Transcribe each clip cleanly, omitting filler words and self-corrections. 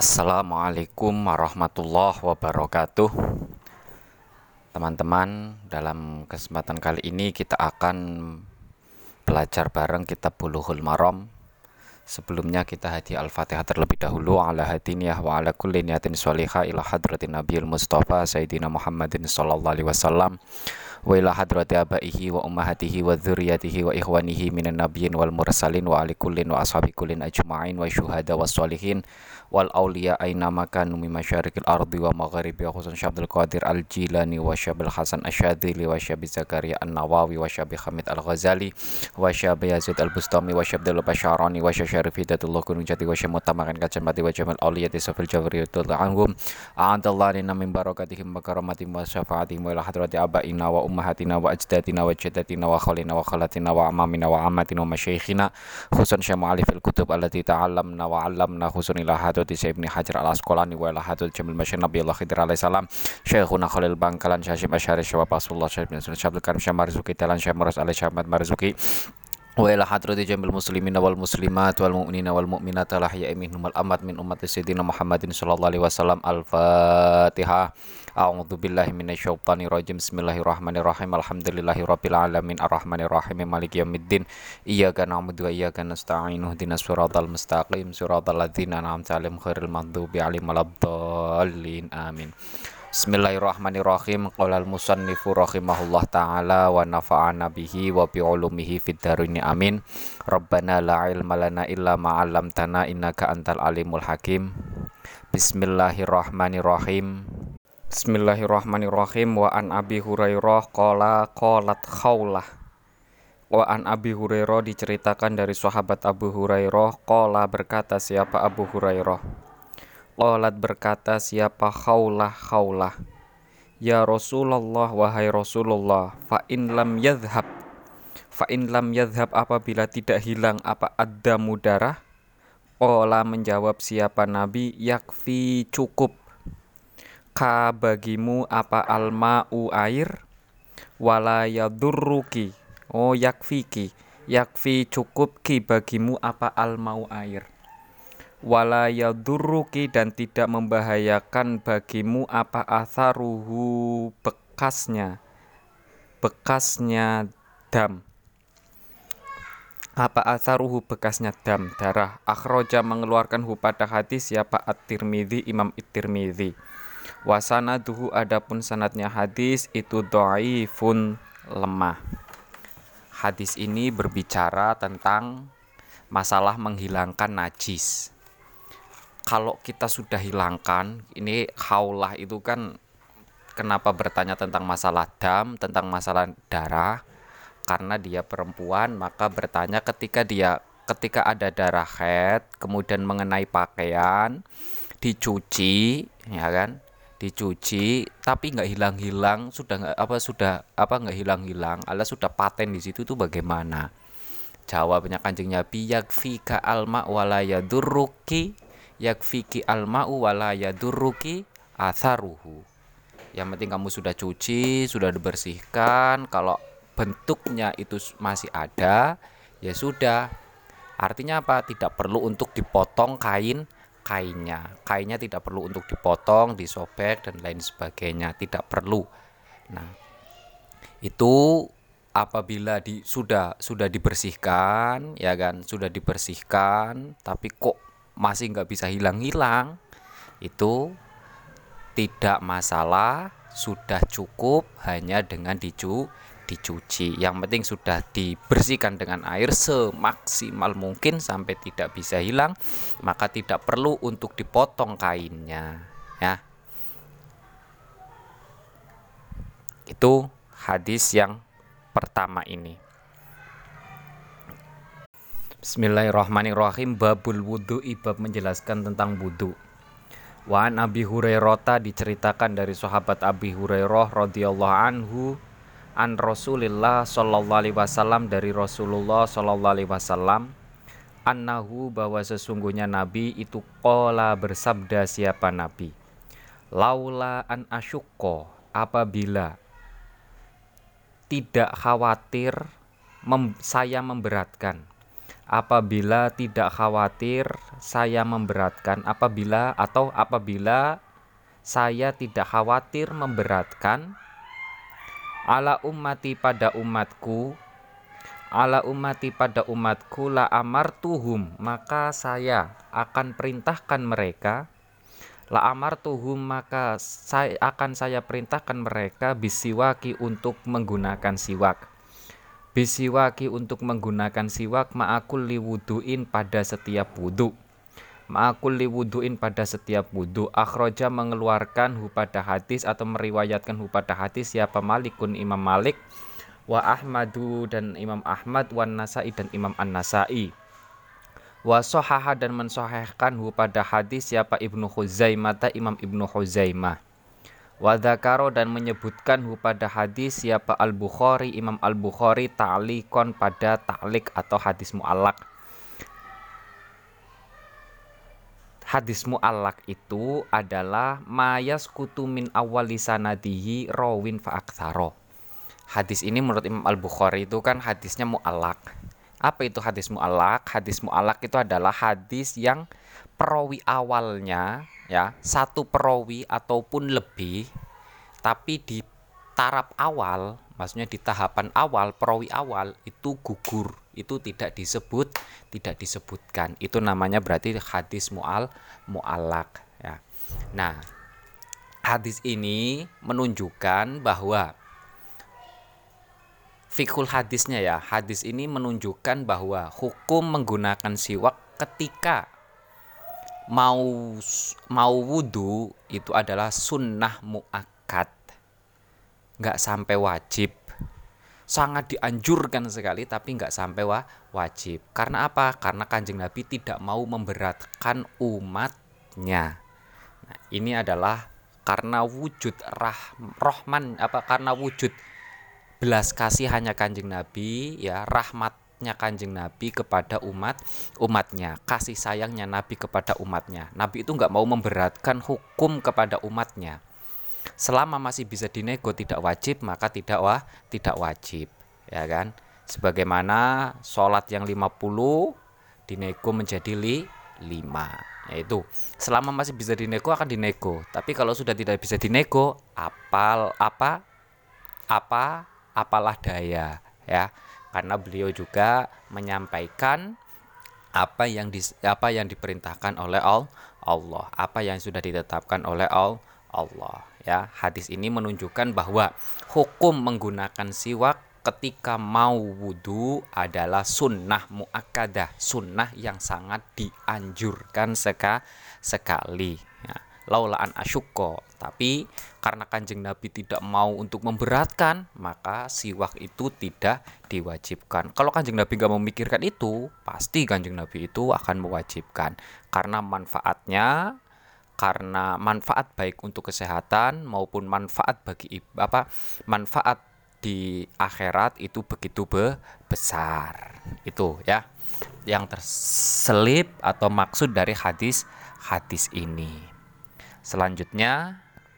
Assalamualaikum warahmatullahi wabarakatuh. Teman-teman, dalam kesempatan kali ini kita akan belajar bareng kitab Bulughul Maram. Sebelumnya kita hadiah Al-Fatihah terlebih dahulu. Ala hadiniyah wa ala kulli niyatin sholihah ila hadratin Nabiyil Mustafa Sayyidina Muhammadin sallallahu alaihi wasallam wa ila hadrati abaihi wa ummahatihi wa dzurriyyatihi wa ikhwanihi minan nabiyyin wal mursalin wa ali kullin wa ashabi kullin ajma'in wa syuhada was sholihin wal auliya aina makanu min masyariqil ardi wa magharibiha khususan Syabdul Qadir Al-Jilani wa Syabil Hasan Asyadzili wa Syabi Zakaria An-Nawawi wa Syabi Hamid Al-Ghazali wa Syabi Yazid Al-Bustami wa Syabdul Basyarani wa Syarif Hidatullah Gunung Jati wa Syamutamakan Kacamati wa Jamal Auliyati Safil Jawriyatul anhum a'adallahu lana min barakatihim wa karamatihim wa syafaatihim wa ila hadrati abaina wa ummahatina wa ajdatina wa jaddatina wa khalina wa khalatina wa amamina wa ammatina wa masyayikhina khususan syama'alif al-kutub allati ta'allamna wa 'allamna khususan ila hadrati Ibnu Hajar Al-Asqalani wa ila hadrati Jamil Masyayikh Nabi Allah Khidir alaihi salam Syekhuna Khalil Bangkalan Syahim Asy'ari Syawab Rasulullah Syabdul Karim Syah Marzuki Talan Syah Muras alaihi Syahmat Marzuki wa ila hadrati jamil muslimina wal muslimat wal mu'minina wal mu'minat al ahya'i minhum wal amwat min ummati sayyidina Muhammadin sallallahu alaihi wasallam. Al-Fatihah. A'udzu billahi minasyaitonir rajim. Bismillahirrahmanirrahim. Alhamdulillahirabbil alamin arrahmanir rahim maliki yaumiddin. Iyyaka na'budu wa iyyaka nasta'in. Ihdinas siratal mustaqim siratal ladzina an'amta 'alaihim ghairil maghdubi 'alaihim waladdallin. Amin. Bismillahirrahmanirrahim. Qala al-musannifu rahimahullah ta'ala wa nafa'ana bihi wa bi ulumihi fid darini amin. Rabbana la ilma lana illa ma 'allamtana innaka antal alimul hakim. Bismillahirrahmanirrahim. Bismillahirrahmanirrahim. Wa an Abi Hurairah qala qalat khawlah. Wa an Abi Hurairah diceritakan dari sahabat Abu Hurairah qala berkata siapa Abu Hurairah. Qalat berkata siapa khawlah ya Rasulullah wahai Rasulullah fa in lam yadhhab apabila tidak hilang apa addamu darah. Qala menjawab siapa Nabi yakfi cukup ka bagimu apa alma'u air wala yadurruki yakfi cukup ki bagimu apa alma'u air wala yadurruki dan tidak membahayakan bagimu apa atharuhu bekasnya dam apa atharuhu bekasnya dam darah. Akhraja mengeluarkan hu pada hadis siapa At-Tirmidzi Imam At-Tirmidzi. Wasanaduhu adapun sanadnya hadis itu dhaifun lemah. Hadis ini berbicara tentang masalah menghilangkan najis. Kalau kita sudah hilangkan, ini khaulah itu kan kenapa bertanya tentang masalah dam, tentang masalah darah? Karena dia perempuan, maka bertanya ketika ada darah haid, kemudian mengenai pakaian, dicuci, ya kan? Dicuci, tapi nggak hilang-hilang, nggak hilang-hilang, alias sudah paten di situ, itu bagaimana? Jawabnya Kanjeng Nabi yakfika alma wala yadurruki yakfiki alma'u wala yadurruki atharuhu. Yang penting kamu sudah cuci, sudah dibersihkan, kalau bentuknya itu masih ada, ya sudah. Artinya apa? Tidak perlu untuk dipotong kainnya. Kainnya tidak perlu untuk dipotong, disobek dan lain sebagainya, tidak perlu. Nah, itu apabila sudah dibersihkan, ya kan, sudah dibersihkan, tapi kok masih nggak bisa hilang-hilang, itu tidak masalah, sudah cukup hanya dengan dicuci. Yang penting sudah dibersihkan dengan air semaksimal mungkin sampai tidak bisa hilang, maka tidak perlu untuk dipotong kainnya, ya. Itu hadis yang pertama ini. Bismillahirrahmanirrahim. Babul wudu'i, bab menjelaskan tentang wudu. Wa an Abi Hurairah diceritakan dari sahabat Abi Hurairah radhiyallahu anhu an Rasulillah sallallahu alaihi wasallam dari Rasulullah sallallahu alaihi wasallam annahu bahwa sesungguhnya Nabi itu qala bersabda siapa Nabi laula an asyukko apabila tidak khawatir saya memberatkan apabila tidak khawatir saya memberatkan, apabila saya tidak khawatir memberatkan ala ummati pada umatku la amartuhum, maka saya akan perintahkan mereka, maka saya perintahkan mereka bisiwaki untuk menggunakan siwak, ma'akul liwuduin pada setiap wudu. Akhraja mengeluarkan hu pada hadis atau meriwayatkan hu pada hadis siapa Malikun Imam Malik, wa Ahmadu dan Imam Ahmad, wan Nasai dan Imam An-Nasai, wa sohaha dan mensohehkan hu pada hadis siapa Ibnu Khuzaimah, Imam Ibnu Khuzaimah, wa dzakaro dan menyebutkan hu pada hadis siapa Al-Bukhari, Imam Al-Bukhari, ta'liqon pada ta'liq atau hadis mu'allaq. Hadis mu'allaq itu adalah mayas kutu min awwali sanadihi rawin fa'aktsaro. Hadis ini menurut Imam Al-Bukhari itu kan hadisnya mu'allaq. Apa itu hadis mu'allaq? Hadis mu'allaq itu adalah hadis yang perawi awalnya ya, satu perawi ataupun lebih, tapi di taraf awal, maksudnya di tahapan awal, perawi awal itu gugur, itu tidak disebutkan. Itu namanya berarti hadis mu'allaq ya. Nah, hadis ini menunjukkan bahwa fiqhul hadisnya ya, hadis ini menunjukkan bahwa hukum menggunakan siwak ketika mau wudu itu adalah sunnah muakkad, nggak sampai wajib. Sangat dianjurkan sekali tapi nggak sampai wajib. Karena apa? Karena Kanjeng Nabi tidak mau memberatkan umatnya. Nah, ini adalah karena wujud karena wujud belas kasihannya Kanjeng Nabi ya, rahmatnya Kanjeng Nabi kepada umatnya, kasih sayangnya Nabi kepada umatnya. Nabi itu nggak mau memberatkan hukum kepada umatnya. Selama masih bisa dinego tidak wajib, maka tidak wajib ya kan. Sebagaimana sholat yang 50 dinego menjadi 5, yaitu selama masih bisa dinego akan dinego. Tapi kalau sudah tidak bisa dinego, apalah daya ya, karena beliau juga menyampaikan apa yang diperintahkan oleh Allah, apa yang sudah ditetapkan oleh Allah ya. Hadis ini menunjukkan bahwa hukum menggunakan siwak ketika mau wudu adalah sunnah muakkadah, sunnah yang sangat dianjurkan sekali ya. Laulaan asyukko, tapi karena Kanjeng Nabi tidak mau untuk memberatkan, maka siwak itu tidak diwajibkan. Kalau Kanjeng Nabi gak memikirkan itu, pasti Kanjeng Nabi itu akan mewajibkan, karena manfaat baik untuk kesehatan maupun manfaat manfaat di akhirat itu begitu besar. Itu ya yang terselip atau maksud dari hadis ini. Selanjutnya,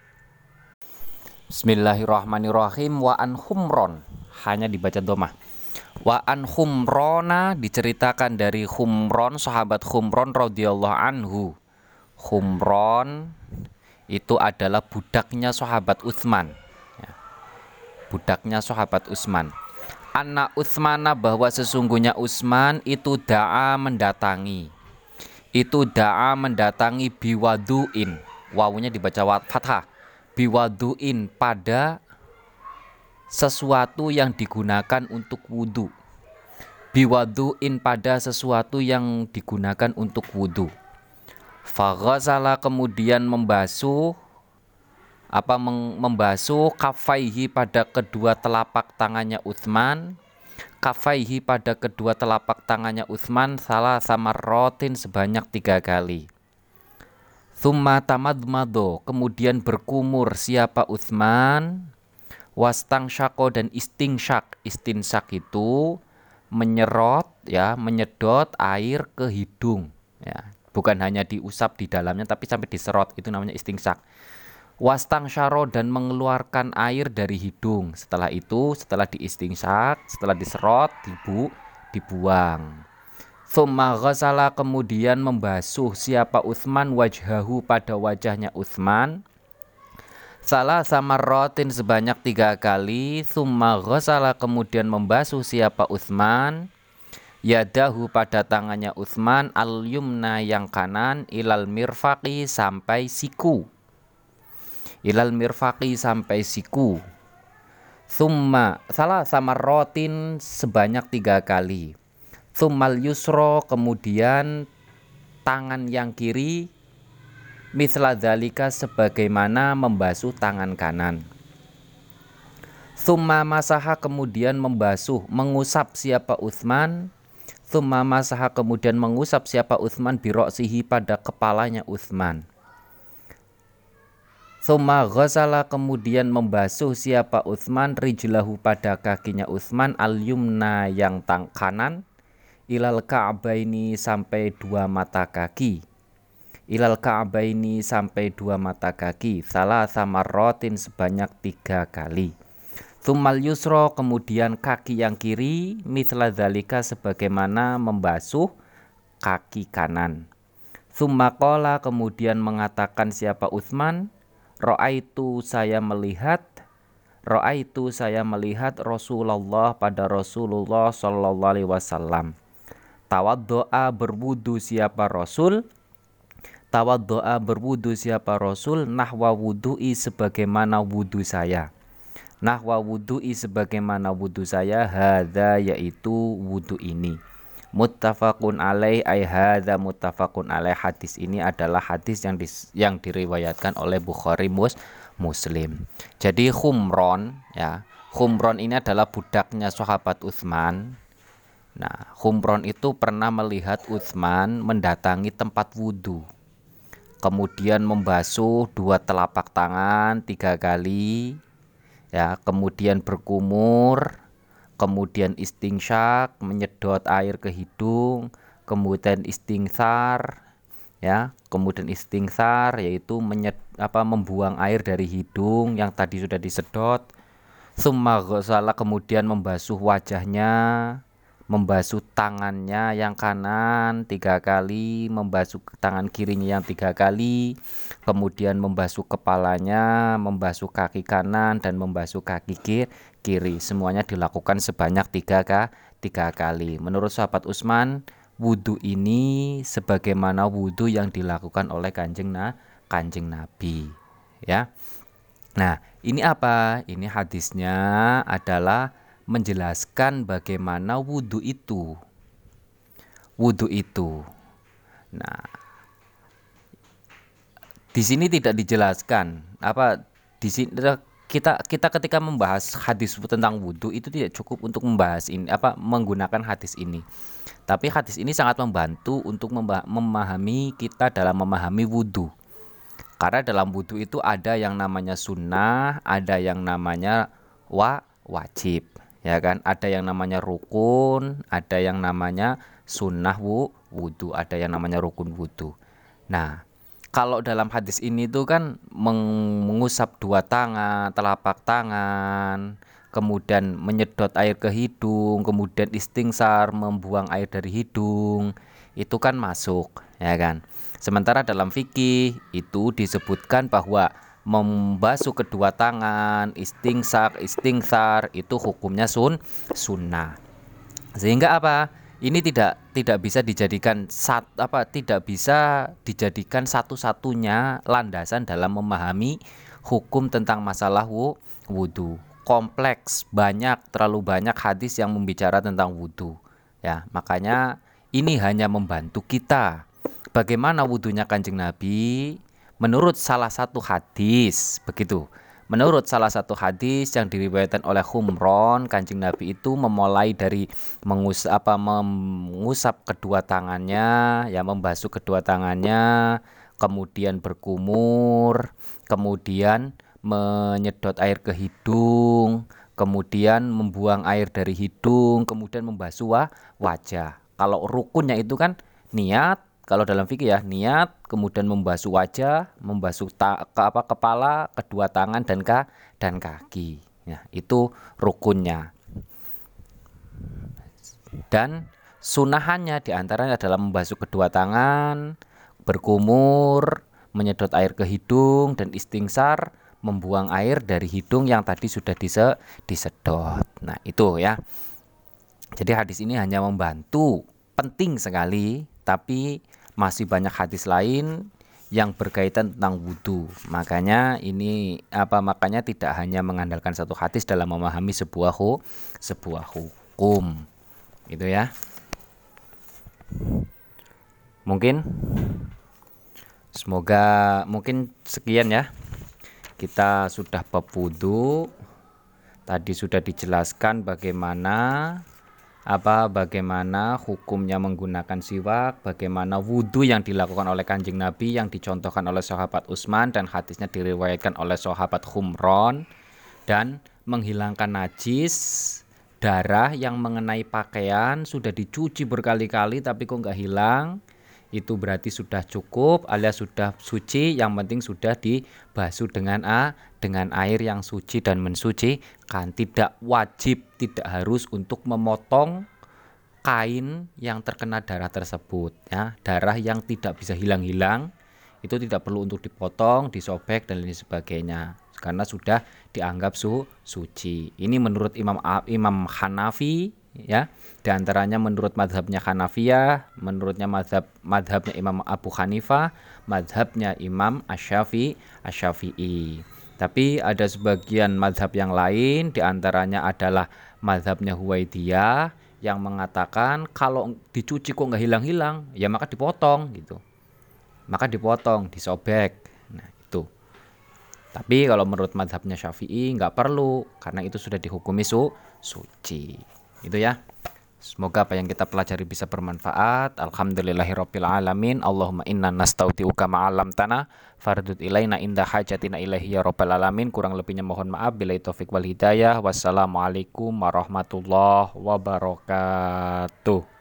Bismillahirrahmanirrahim. Wa an Humron, hanya dibaca domah. Wa an Humrona, diceritakan dari Humron, sahabat Humron radhiyallahu anhu. Humron itu adalah budaknya sahabat Utsman ya. Budaknya sahabat Utsman. Anna Utsmana, bahwa sesungguhnya Utsman itu da'a mendatangi biwaduin, wawunya dibaca fathah, biwaduin pada sesuatu yang digunakan untuk wudu. Biwaduin pada sesuatu yang digunakan untuk wudu. Faghazala, kemudian membasuh kafaihi pada kedua telapak tangannya Utsman, salah samarrotin sebanyak 3 kali. Tsumma tamadmado, kemudian berkumur siapa Utsman, wastangsyaqo dan istinsyak itu menyedot air ke hidung ya. Bukan hanya diusap di dalamnya tapi sampai diserot, itu namanya istinsyak. Wastangsyaro, dan mengeluarkan air dari hidung. Setelah itu, setelah diistinsyak, setelah diserot, dibuang. Tsumma ghasala kemudian membasuh siapa Utsman wajhahu pada wajahnya Utsman. Salah sama rotin sebanyak 3 kali. Tsumma ghasala kemudian membasuh siapa Utsman yadahu pada tangannya Utsman al-yumna yang kanan ilal mirfaqi sampai siku. Ilal mirfaqi sampai siku. Tsumma salah sama rotin sebanyak 3 kali. Tsummal yusro kemudian tangan yang kiri misla dzalika sebagaimana membasuh tangan kanan. Tsumma masaha kemudian membasuh mengusap siapa Utsman. Tsumma masaha kemudian mengusap siapa Utsman biroksihi pada kepalanya Utsman. Tsumma ghasala kemudian membasuh siapa Utsman rijlahu pada kakinya Utsman al-yumna yang kanan ilal ka'baini sampai 2 mata kaki. Ilal ka'baini sampai 2 mata kaki. Salah sama rotin sebanyak 3 kali. Tsummal yusro kemudian kaki yang kiri mithla dzalika sebagaimana membasuh kaki kanan. Tsumma qala kemudian mengatakan siapa Utsman, Ro'aitu saya melihat Rasulullah pada Rasulullah sallallahu alaihi wasallam. Tawaddoa berwudu siapa Rasul. Tawaddoa berwudu siapa Rasul nahwa wudu'i sebagaimana wudu saya. Nahwa wudu'i sebagaimana wudu saya hadza yaitu wudu ini. Muttafaqun alaih ay hadza muttafaqun alaih. Hadis ini adalah hadis yang diriwayatkan oleh Bukhari Muslim. Jadi Khumron ya. Khumron ini adalah budaknya sahabat Utsman. Nah, Khumron itu pernah melihat Utsman mendatangi tempat wudu. Kemudian membasuh 2 telapak tangan 3 kali. Ya, kemudian berkumur, kemudian istinsyak, menyedot air ke hidung, kemudian istingsar, ya, kemudian istingsar yaitu membuang air dari hidung yang tadi sudah disedot. Tsumma ghasala kemudian membasuh wajahnya, membasuh tangannya yang kanan 3 kali, membasuh tangan kirinya yang 3 kali, kemudian membasuh kepalanya, membasuh kaki kanan dan membasuh kaki kiri. Semuanya dilakukan sebanyak 3 kali. Menurut sahabat Utsman, wudu ini sebagaimana wudu yang dilakukan oleh Kanjeng Nabi, ya. Nah, ini apa? Ini hadisnya adalah menjelaskan bagaimana wudu itu. Nah, di sini tidak dijelaskan di sini kita ketika membahas hadis tentang wudu itu tidak cukup untuk membahas ini menggunakan hadis ini. Tapi hadis ini sangat membantu untuk memahami kita dalam memahami wudu. Karena dalam wudu itu ada yang namanya sunnah, ada yang namanya wajib. Ya kan, ada yang namanya rukun, ada yang namanya sunnah wudu, ada yang namanya rukun wudu. Nah, kalau dalam hadis ini tuh kan mengusap 2 tangan, telapak tangan, kemudian menyedot air ke hidung, kemudian istingsar, membuang air dari hidung, itu kan masuk, ya kan. Sementara dalam fikih itu disebutkan bahwa membasuh kedua tangan, istingsar itu hukumnya sunnah. Sehingga ini tidak bisa dijadikan satu-satunya landasan dalam memahami hukum tentang masalah wudu. Kompleks, terlalu banyak hadis yang membicara tentang wudu. Ya, makanya ini hanya membantu kita bagaimana wudunya Kanjeng Nabi. Menurut salah satu hadis, begitu. Menurut salah satu hadis yang diriwayatkan oleh Khumron, Kanjeng Nabi itu memulai dari mengusap kedua tangannya, ya, membasuh kedua tangannya, kemudian berkumur, kemudian menyedot air ke hidung, kemudian membuang air dari hidung, kemudian membasuh wajah. Kalau rukunnya itu kan niat. Kalau dalam fikih ya, niat, kemudian membasuh wajah, membasuh kepala, kedua tangan dan kaki. Ya, itu rukunnya. Dan Sunahannya diantaranya adalah membasuh kedua tangan, berkumur, menyedot air ke hidung, dan istingsar, membuang air dari hidung yang tadi sudah disedot. Nah itu ya. Jadi hadis ini hanya membantu, penting sekali, tapi masih banyak hadis lain yang berkaitan tentang wudhu. Makanya makanya tidak hanya mengandalkan satu hadis dalam memahami sebuah hukum. Gitu ya. Mungkin sekian ya. Kita sudah bab wudhu. Tadi sudah dijelaskan bagaimana hukumnya menggunakan siwak, bagaimana wudhu yang dilakukan oleh Kanjeng Nabi yang dicontohkan oleh sahabat Utsman dan hadisnya diriwayatkan oleh sahabat Humron, dan menghilangkan najis, darah yang mengenai pakaian sudah dicuci berkali-kali tapi kok nggak hilang, itu berarti sudah cukup alias sudah suci. Yang penting sudah dibasuh dengan air yang suci dan mensucikan. Tidak wajib, tidak harus untuk memotong kain yang terkena darah tersebut ya. Darah yang tidak bisa hilang-hilang itu tidak perlu untuk dipotong, disobek dan lain sebagainya, karena sudah dianggap suci. Ini menurut Imam Hanafi ya. Di antaranya menurut mazhabnya Hanafiyah, menurutnya mazhabnya Imam Abu Hanifah, mazhabnya Imam Asy-Syafi'i. Tapi ada sebagian mazhab yang lain, di antaranya adalah mazhabnya Huwaidiyah yang mengatakan kalau dicuci kok nggak hilang-hilang, ya maka dipotong gitu. Maka dipotong, disobek. Nah itu. Tapi kalau menurut mazhabnya Syafi'i nggak perlu, karena itu sudah dihukumi suci. Itu ya. Semoga apa yang kita pelajari bisa bermanfaat. Alhamdulillahirabbil alamin. Allahumma inna nastaudiuka ma'alamtana fardud ilaina inda hajatina ilaihi ya rabbal alamin. Kurang lebihnya mohon maaf. Billahi taufik wal hidayah. Wassalamualaikum warahmatullahi wabarakatuh.